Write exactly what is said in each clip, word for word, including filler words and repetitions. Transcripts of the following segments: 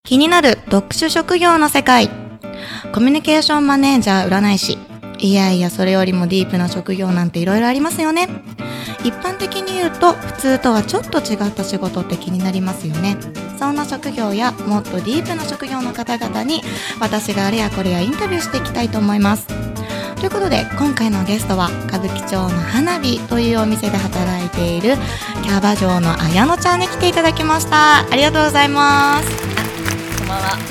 気になる特殊職業の世界。コミュニケーションマネージャー占い師。いやいや、それよりもディープな職業なんていろいろありますよね。一般的に言うと普通とはちょっと違った仕事って気になりますよね。そんな職業やもっとディープな職業の方々に私があれやこれやインタビューしていきたいと思います。ということで今回のゲストは歌舞伎町の花火というお店で働いているキャバ嬢の綾乃ちゃんに来ていただきました。ありがとうございます。 こんばんは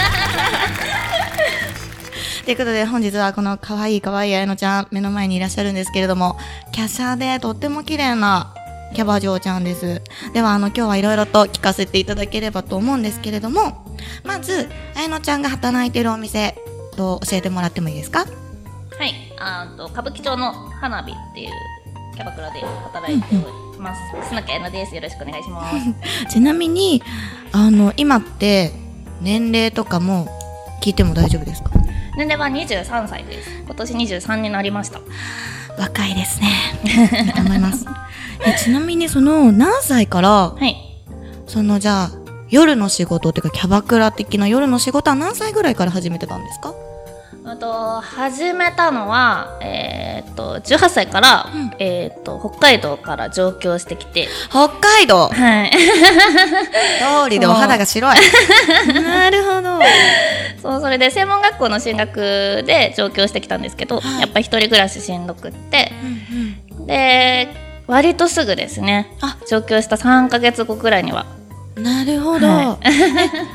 ということで本日はこの可愛い可愛い綾乃ちゃん目の前にいらっしゃるんですけれども、華奢でとっても綺麗なキャバ嬢ちゃんです。ではあの今日はいろいろと聞かせていただければと思うんですけれども、まず綾乃ちゃんが働いているお店と教えてもらってもいいですか？ はい、あと歌舞伎町の花火っていうキャバクラで働いております。砂木彩乃です。よろしくお願いしますちなみにあの今って年齢とかも聞いても大丈夫ですか？ 年齢はにじゅうさんさいです。今年にじゅうさんになりました。 若いですねと思いますえちなみにその何歳から、 はい、 そのじゃあ夜の仕事っていうかキャバクラ的な夜の仕事は何歳ぐらいから始めてたんですか？ あと始めたのは、えー、っとじゅうはっさいから、うんえー、っと北海道から上京してきて。 北海道、 はい通りでお肌が白いなるほど。 そうそれで専門学校の進学で上京してきたんですけど、はい、やっぱ一人暮らししんどくって、うんうん、で割とすぐですね、あ上京したさんかげつごくらいには。 なるほど、はい、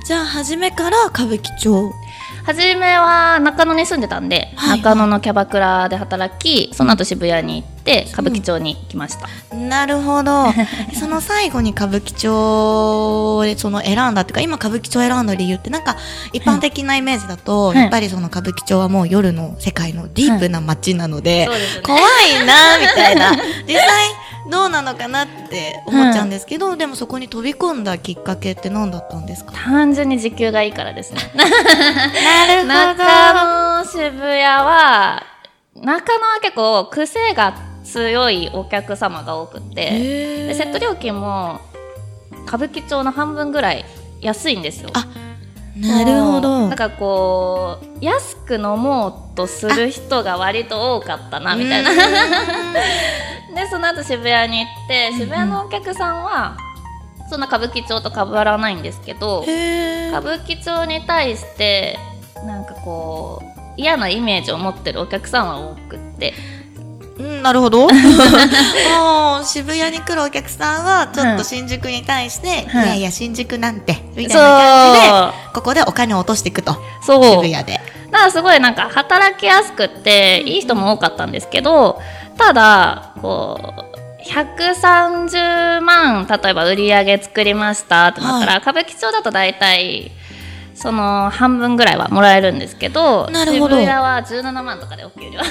じゃあ初めから歌舞伎町。 初めは中野に住んでたんで、はいはい、中野のキャバクラで働き、その後渋谷に行って歌舞伎町に来ました、 うん、なるほどその最後に歌舞伎町でその選んだっていうか、今歌舞伎町選んだ理由ってなんか一般的なイメージだと、はい、やっぱりその歌舞伎町はもう夜の世界のディープな街なので、はいでね、怖いなみたいな実際どうなのかなって思っちゃうんですけど、うん、でもそこに飛び込んだきっかけって何だったんですか？ 単純に時給がいいからですねなるほど。 中野渋谷は中野は結構癖が強いお客様が多くて、でセット料金も歌舞伎町の半分ぐらい安いんですよ。 あ、なるほど。 なんかこう安く飲もうとする人が割と多かったなみたいなでその後渋谷に行って、渋谷のお客さんはそんな歌舞伎町と変わらないんですけど、歌舞伎町に対してなんかこう嫌なイメージを持ってるお客さんは多くって、 うん、なるほどもう渋谷に来るお客さんはちょっと新宿に対して、うん、いやいや新宿なんてみたいな感じでここでお金を落としていくと。そう渋谷でだからすごいなんか働きやすくっていい人も多かったんですけど、ただこうひゃくさんじゅうまん例えば売り上げ作りましたってなったら、はい、歌舞伎町だと大体その半分ぐらいはもらえるんですけど、 なるほど。 渋谷はじゅうななまんとかでお給料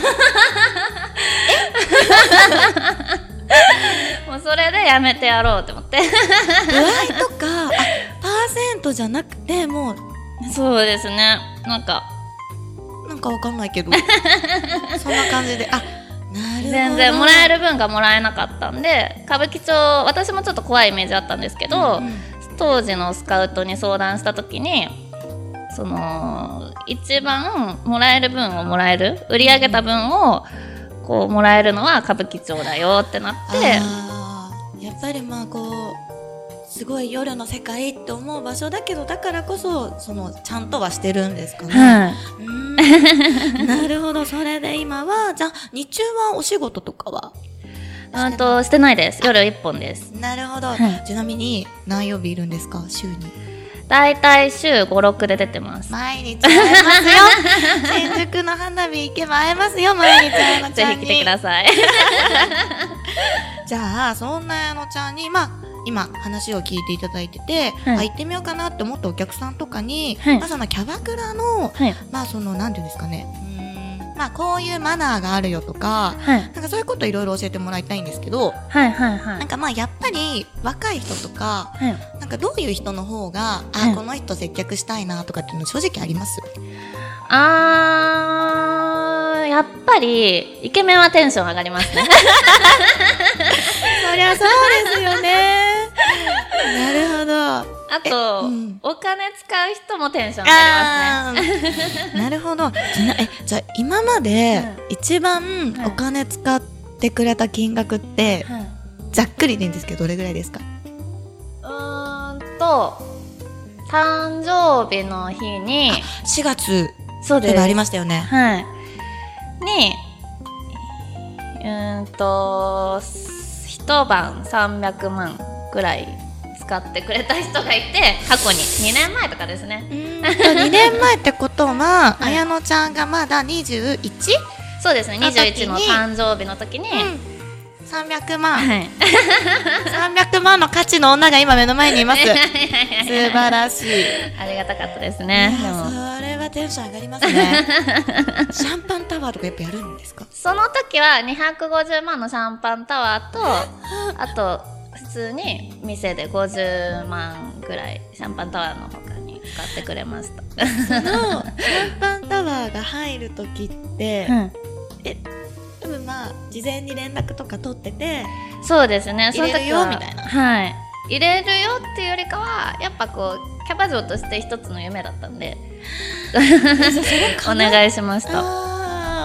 もうそれでやめてやろうって思って歩合とかあパーセントじゃなくてもうそうですね、なんかなんかわかんないけどそんな感じで、あ、なるほど。 全然もらえる分がもらえなかったんで、歌舞伎町私もちょっと怖いイメージあったんですけど、うんうん、当時のスカウトに相談した時にその一番もらえる分をもらえる売り上げた分をこうもらえるのは歌舞伎町だよってなって、 あやっぱりまあこうすごい夜の世界って思う場所だけど、だからこそそのちゃんとはしてるんですかね、はい、うんなるほど。それで今はじゃあ日中はお仕事とかはあとしてないです。夜一本です。 なるほど、はい、ちなみに何曜日いるんですか？週にだいたい週ご、ろくで出てます。 毎日会えますよ新宿の花火行けば会えますよ毎日あのちゃんにぜひ来てくださいじゃあそんなあのちゃんにまあ今話を聞いていただいてて、はい、あ行ってみようかなって思ったお客さんとかに、はい、まあそのキャバクラの、はい、まあそのなんていうんですかね、まあこういうマナーがあるよとか、はい、なんかそういうこといろいろ教えてもらいたいんですけど、 はいはいはい、 なんかまあやっぱり若い人とか、はい、なんかどういう人の方が、あ、はい、この人接客したいなとかっていうの正直あります？ あーやっぱりイケメンはテンション上がりますねそりゃそうですよねなるほど。 あと、うん、お金使う人もテンション上がりますね。 なるほど。え、じゃあ今まで一番お金使ってくれた金額って、はいはい、ざっくりでいいんですけどどれぐらいですか？ うーんと誕生日の日にしがつそうですありましたよね。 はい。にうーんと一晩さんびゃくまんぐらい使ってくれた人がいて、過去ににねんまえとかですね。 にねんまえってことは、はい、綾乃ちゃんがまだにじゅういち？ そうですね、にじゅういちの誕生日の時に、うんさんびゃくまん、はい、さんびゃくまんの価値の女が今目の前にいます素晴らしい。 ありがたかったですね。 でもそれはテンション上がりますねシャンパンタワーとかやっぱやるんですか？ その時はにひゃくごじゅうまんのシャンパンタワーとあと普通に店でごじゅうまんぐらいシャンパンタワーの他に使ってくれましたそのシャンパンタワーが入る時って、うん、え多分まあ事前に連絡とか取ってて、 そうですね、 入れるよみたいな、 はい、入れるよっていうよりかはやっぱこうキャバ嬢として一つの夢だったんでお願いしました。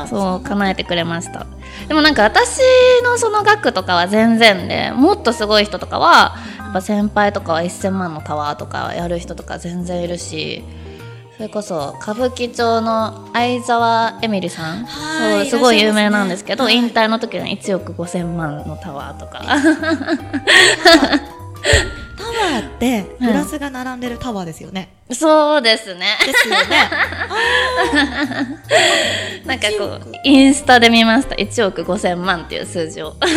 そう叶えてくれました。でもなんか私のその額とかは全然で、もっとすごい人とかはやっぱ先輩とかはせんまんのタワーとかやる人とか全然いるし、それこそ歌舞伎町の相沢エミリさん、そうすごい有名なんですけど、はい、引退の時にいちおくごせんまんのタワーとかタワーってグラスが並んでるタワーですよね、 うん、そうですねですよねなんかこうインスタで見ました、いちおくごせんまんっていう数字をなる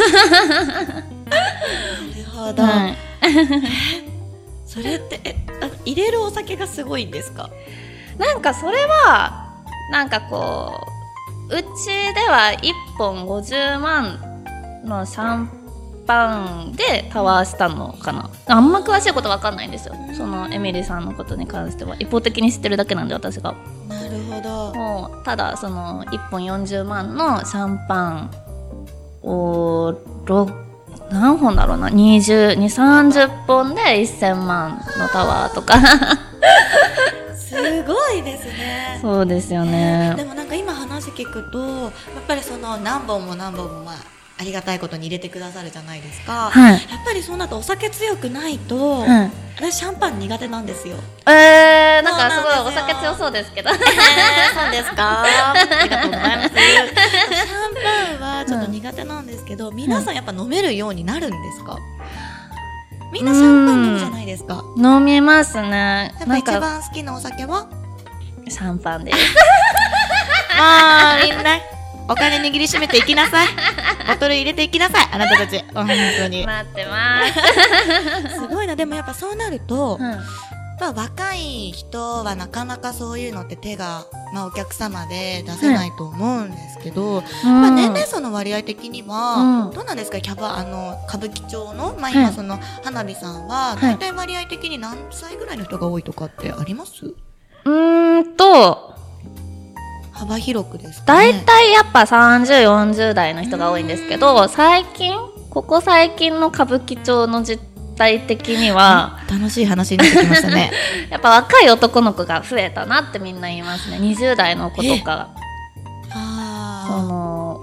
ほど、はい、それってえ入れるお酒がすごいんですか？ なんかそれはなんかこううちではいっぽんごじゅうまんのシャンパンでタワーしたのかな。あんま詳しいことわかんないんですよ、そのエミリーさんのことに関しては。一方的に知ってるだけなんで私が。 なるほど。 もうただそのいっぽんよんじゅうまんのシャンパンをろ何本だろうな、にじゅう、にじゅう、さんじゅっぽんでせんまんのタワーとかすごいですね。 そうですよね。 でもなんか今話聞くとやっぱりその何本も何本もまあありがたいことに入れてくださるじゃないですか、はい、やっぱりそうなるとお酒強くないと、はい、私シャンパン苦手なんですよ。 えー、なんかすごいお酒強そうですけど、えー、 そうですかありがとうございますシャンパンはちょっと苦手なんですけど、うん、皆さんやっぱ飲めるようになるんですか？みんなシャンパン飲むじゃないですか。 飲みますね。 やっぱ一番好きなお酒はシャンパンですまあみんなお金握りしめていきなさいボトル入れていきなさいあなたたち本当に待ってますすごいな。でもやっぱそうなると、うん、まあ、若い人はなかなかそういうのって手が、まあ、お客様で出せないと思うんですけど、うんまあ、年齢層の割合的には、うん、どうなんですか？キャバあの歌舞伎町の、まあ、今その花火さんは大体割合的に何歳ぐらいの人が多いとかってあります？ うーんと幅広くですかね。大体やっぱさんじゅう、よんじゅう代の人が多いんですけど、最近ここ最近の歌舞伎町の実態的には楽しい話になってきましたねやっぱ若い男の子が増えたなってみんな言いますね。にじゅう代の子とかあその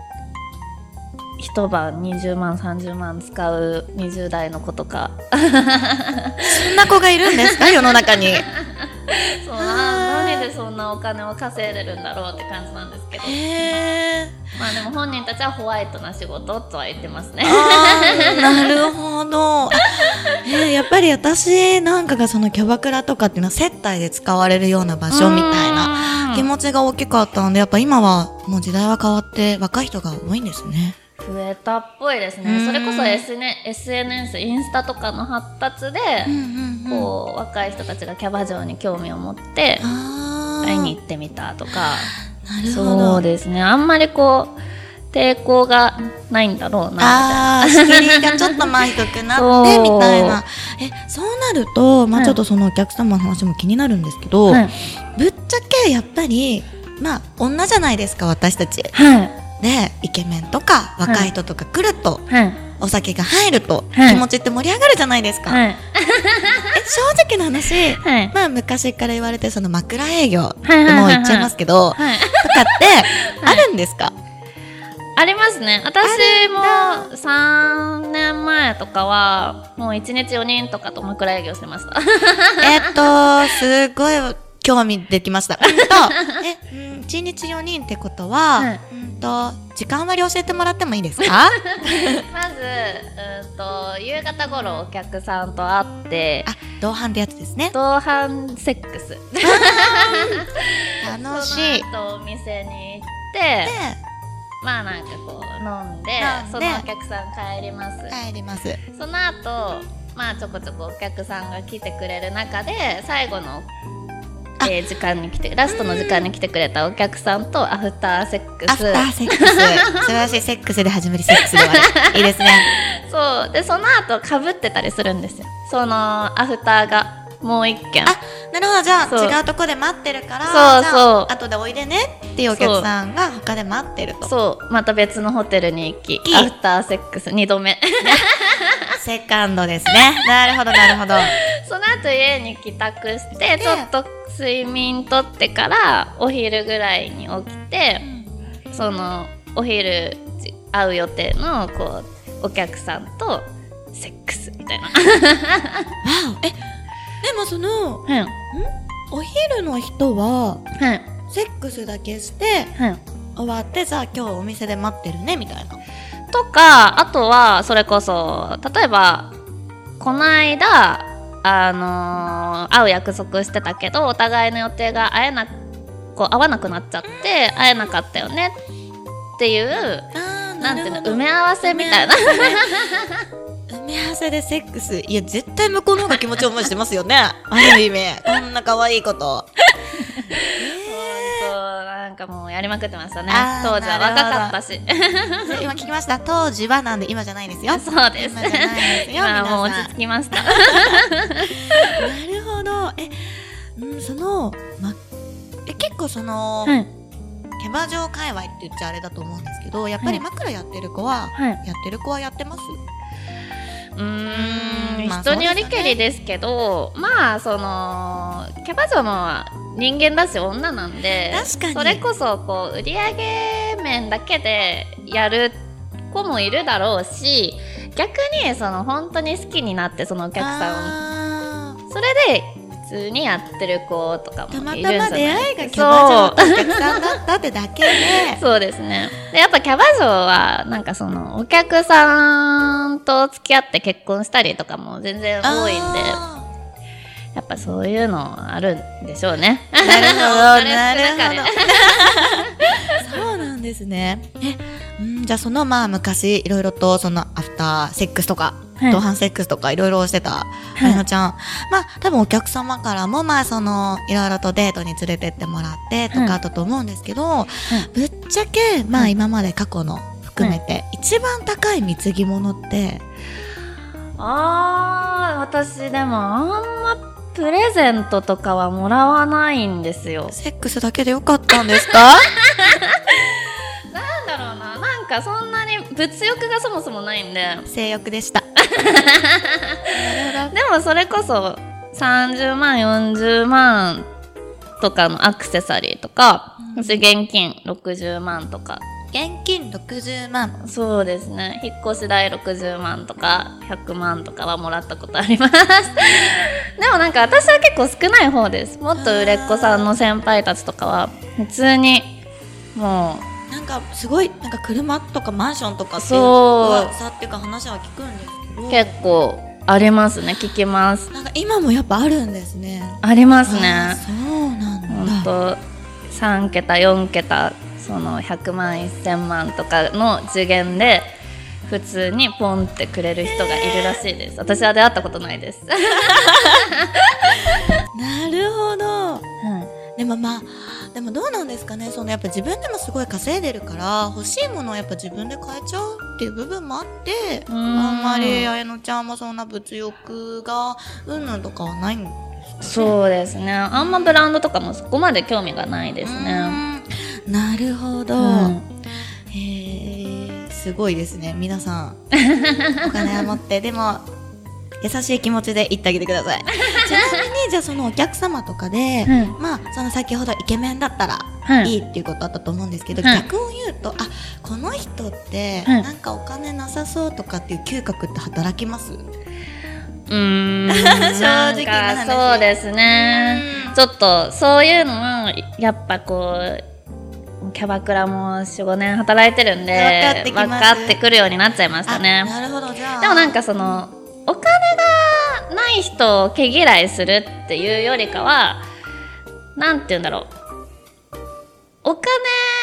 一晩にじゅうまんさんじゅうまん使うにじゅう代の子とかそんな子がいるんですか世の中にそうな何でそんなお金を稼いでるんだろうって感じなんですけど、 へまあでも本人たちはホワイトな仕事とは言ってますね。 あなるほど、えー、やっぱり私なんかがそのキャバクラとかっていうのは接待で使われるような場所みたいな気持ちが大きかったんで、やっぱ今はもう時代は変わって若い人が多いんですね。 増えたっぽいですね。それこそ エスエヌエス インスタとかの発達で、うんうんうん、こう若い人たちがキャバ嬢に興味を持って会いに行ってみたとか。 なるほど。 そうですね。あんまりこう抵抗がないんだろうなみたいな。 あ仕切りがちょっとまあ低くなってみたいな。えそうなると、まあ、ちょっとそのお客様の話も気になるんですけど、はい、ぶっちゃけやっぱりまあ女じゃないですか私たち。はいでイケメンとか若い人とか来ると、はい、お酒が入ると、はい、気持ちって盛り上がるじゃないですか、はい、 正直な話、 はい、 まあ昔から言われてその枕営業、 はいはいはいはい、 もう言っちゃいますけど、はい、とかってあるんですか？ ありますね。私もさんねんまえとかはもういちにちよにんとかと枕営業してました。 えっとすごい興味できました。うんとえ、うん、いちにちよにんってことは、はい、うんと時間割教えてもらってもいいですか？ まず、うんと夕方頃お客さんと会って、 あ、同伴ってやつですね。 同伴セックス。 楽しい。 その後お店に行って、まあなんかこう飲んで、そのお客さん帰ります。 帰ります。 その後、まあちょこちょこお客さんが来てくれる中で最後のえー、時間に来てラストの時間に来てくれたお客さんとアフターセックス。 アフターセックス。素晴らしい。セックスで始まりセックスで終わる。いいですね。 そうでその後かぶってたりするんですよ。そのアフターがもう一件。 あ、なるほど。じゃあ違うとこで待ってるから、 そうそう。 後でおいでねっていうお客さんが他で待ってると。 そうまた別のホテルに行きアフターセックスにどめ。 セカンドですね。なるほどなるほど。 その後家に帰宅してちょっと睡眠とってからお昼ぐらいに起きて、うん、そのお昼会う予定のこうお客さんとセックスみたいな。 えでもその、うん、んお昼の人は、うん、セックスだけして、うん、終わってさあ今日お店で待ってるねみたいなとか、あとはそれこそ例えばこの間あのー、会う約束してたけどお互いの予定が合えなこう合わなくなっちゃって会えなかったよねっていうなんていうの埋め合わせみたいな埋め合わせでセックス。いや絶対向こうの方が気持ち思いしてますよね。ある意味こんな可愛いこと。 なんかもうやりまくってましたね。当時は若かったし。 今聞きました。当時はなんで今じゃないですよ。 そうです。今じゃないですよ。今もう落ち着きました。なるほど。え、うん、その、ま、え結構その、はい、キャバ嬢界隈って言っちゃあれだと思うんですけど、やっぱり枕やってる子は、はい、やってる子はやってます？ うーん、まあ、人によりけりですけど、まあそのキャバ嬢も人間だし女なんで、 確かにそれこそこう売り上げ面だけでやる子もいるだろうし、逆にその本当に好きになってそのお客さんそれで普通にやってる子とかもいるんじゃない。 たまたま出会いがキャバ嬢とお客さんだったってだけでそうですね。でやっぱキャバ嬢はなんかそのお客さんと付き合って結婚したりとかも全然多いんで、やっぱそういうのあるんでしょうね。 なるほどなるほど。そうなんですね。え、んじゃあそのまあ昔いろいろとそのアフターセックスとか、はい、同伴セックスとかいろいろしてたあやのちゃん、はい、まあ多分お客様からもまあそのいろいろとデートに連れてってもらってとかあったと思うんですけど、はい、ぶっちゃけまあ今まで過去の含めて、はい、一番高い貢ぎ物ってあー私でもあんまプレゼントとかはもらわないんですよ。 セックスだけでよかったんですか？ なんだろうな、なんかそんなに物欲がそもそもないんで。 性欲でした。 でもそれこそさんじゅうまんよんじゅうまんとかのアクセサリーとか、うん、現金ろくじゅうまんとか。 現金ろくじゅうまん。 そうですね。引っ越し代ろくじゅうまんとかひゃくまんとかはもらったことあります。でもなんか私は結構少ない方です。もっと売れっ子さんの先輩たちとかは普通にもうなんかすごいなんか車とかマンションとかっていう噂っていうか話は聞くんですけど、 結構ありますね。聞きます。 なんか今もやっぱあるんですね。 ありますね。 そうなんだ。 ほんとさんけたよんけたそのひゃくまんせんまんとかの次元で普通にポンってくれる人がいるらしいです。私は出会ったことないです。なるほど、うん、でもまあでもどうなんですかね。そのやっぱ自分でもすごい稼いでるから欲しいものをやっぱ自分で買えちゃうっていう部分もあって、あんまりあやのちゃんもそんな物欲がうんぬんとかはないんですかね。 そうですね。あんまブランドとかもそこまで興味がないですね。 なるほど、うん、へーすごいですね皆さん。お金を持ってでも優しい気持ちで言ってあげてください。ちなみにじゃあそのお客様とかで、うん、まあその先ほどイケメンだったらいいっていうことあったと思うんですけど、はい、逆を言うと、あ、この人ってなんかお金なさそうとかっていう嗅覚って働きます？ うーん正直な話。そうですね、ちょっとそういうのもやっぱこうキャバクラも よん,ご 年働いてるんで分かってくるようになっちゃいましたね。 なるほど。じゃあでもなんかそのお金がない人を毛嫌いするっていうよりかは、なんて言うんだろう、お金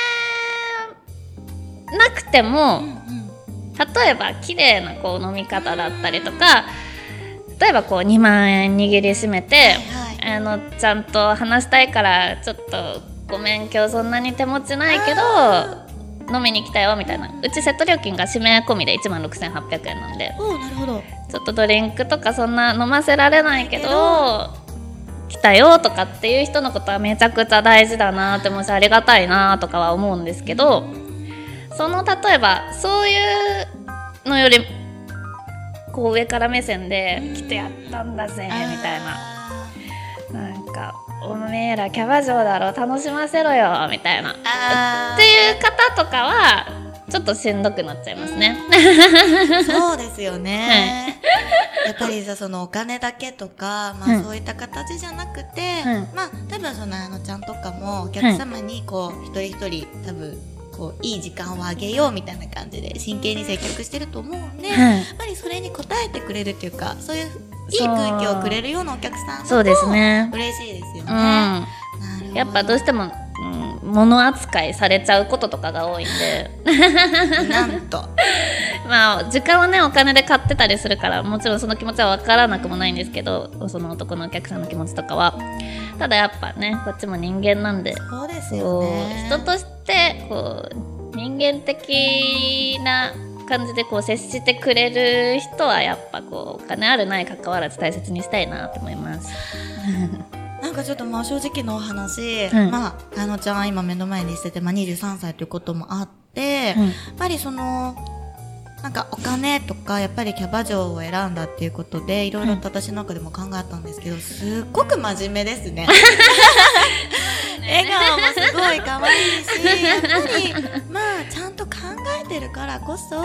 なくても、うんうん、例えば綺麗なこう飲み方だったりとか、例えばこうにまんえん握りしめて、はいはい、あのちゃんと話したいからちょっとごめん今日そんなに手持ちないけど飲みに来たよみたいな。うちセット料金が締め込みでいちまんろくせんはっぴゃくえんなんで、 おー、なるほど。 ちょっとドリンクとかそんな飲ませられないけど来たよとかっていう人のことはめちゃくちゃ大事だなって、もしありがたいなとかは思うんですけど、その例えばそういうのよりこう上から目線で来てやったんだぜみたいな、なんかおめえらキャバ嬢だろ楽しませろよみたいなっていう方とかはちょっとしんどくなっちゃいますね。 そうですよね、はい、やっぱりさ、そのお金だけとか、まあ、うん、そういった形じゃなくて、うん、まあ多分そのあのちゃんとかもお客様にこう、うん、一人一人多分こういい時間をあげようみたいな感じで真剣に接客してると思うんで、はい、やっぱりそれに応えてくれるっていうか、そういういい空気をくれるようなお客さんだと嬉しいですよね。うん、なるほど。 やっぱどうしても、うん、物扱いされちゃうこととかが多いんでなんとまあ時間はねお金で買ってたりするから、もちろんその気持ちは分からなくもないんですけど、その男のお客さんの気持ちとかは。ただやっぱねこっちも人間なんで、 そうですよね、 人としてこう人間的な感じでこう接してくれる人はやっぱこうお金あるない関わらず大切にしたいなと思いますなんかちょっとまあ正直なお話、うん、まああのちゃんは今目の前にしてて、まあ、にじゅうさんさいということもあって、うん、やっぱりそのなんかお金とかやっぱりキャバ嬢を選んだっていうことでいろいろと私の中でも考えたんですけど、すっごく真面目ですね笑顔もすごい可愛いし、やっぱりまあちゃんと考えてるからこそ、うん、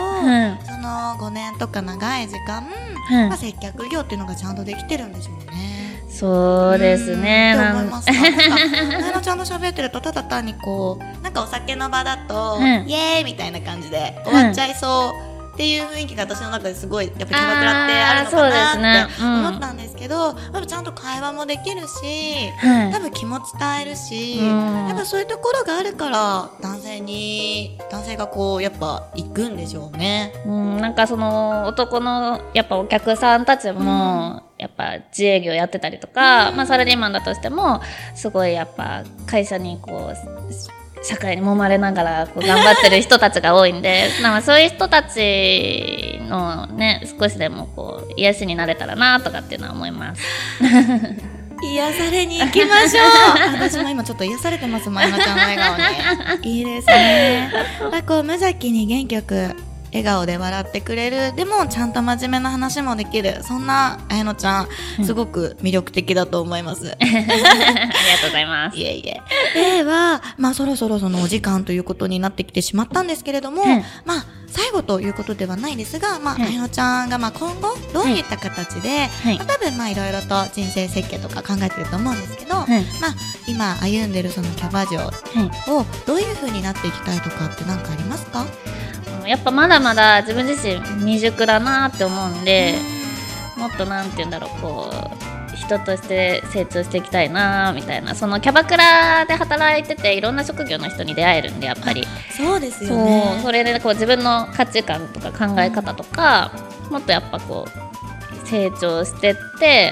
そのごねんとか長い時間、うんまあ、接客業っていうのがちゃんとできてるんでしょうね。 そうですね。 と思いますか。なんかちゃんと喋ってるとただ単にこうなんかお酒の場だと、うん、イエーイみたいな感じで終わっちゃいそう、うんっていう雰囲気が私の中ですごいやっぱキャバクラってあるのかなって思ったんですけど、やっぱちゃんと会話もできるし、はい、多分気も伝えるし、やっぱそういうところがあるから男性に男性がこうやっぱ行くんでしょうね。 うん、なんかその男のやっぱお客さんたちも、うん、やっぱ自営業やってたりとか、うんまあ、サラリーマンだとしてもすごいやっぱ会社にこう社会に揉まれながらこう頑張ってる人たちが多いんでなんかそういう人たちのね少しでもこう癒しになれたらなとかっていうのは思います癒されに行きましょう私も今ちょっと癒されてます、まいまちゃんの笑顔にいいですねこう無邪気に元気よく笑顔で笑ってくれる、でもちゃんと真面目な話もできる、そんな綾乃ちゃん、うん、すごく魅力的だと思いますありがとうございます。 いえいえ。では、まあ、そろそろそのお時間ということになってきてしまったんですけれども、うん、まあ最後ということではないですが、まあ、綾乃ちゃんがまあ今後どういった形で、はいまあ、多分まあいろいろと人生設計とか考えてると思うんですけど、はいまあ、今歩んでるそのキャバ嬢をどういう風になっていきたいとかって何かありますか？ やっぱまだまだ自分自身未熟だなって思うんで、もっとなんて言うんだろう、こう人として成長していきたいなみたいな。そのキャバクラで働いてていろんな職業の人に出会えるんで、やっぱりそうですよね。 そう、それでこう自分の価値観とか考え方とか、うん、もっとやっぱこう成長してって、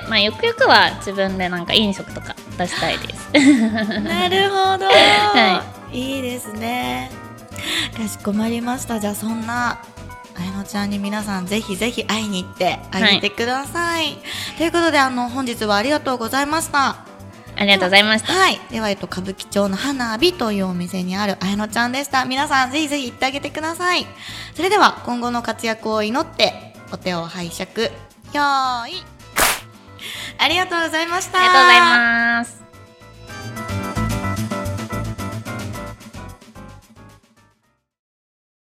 まあ、ゆくゆくは自分でなんか飲食とか出したいですなるほど、はい、いいですね。かしこまりました。じゃあそんな綾乃ちゃんに皆さんぜひぜひ会いに行ってあげてください、はい、ということであの本日はありがとうございました。 ありがとうございました。 はい、では、えっと、歌舞伎町の花火というお店にある綾乃ちゃんでした。皆さんぜひぜひ行ってあげてください。それでは今後の活躍を祈ってお手を拝借よーい。ありがとうございました。 ありがとうございます。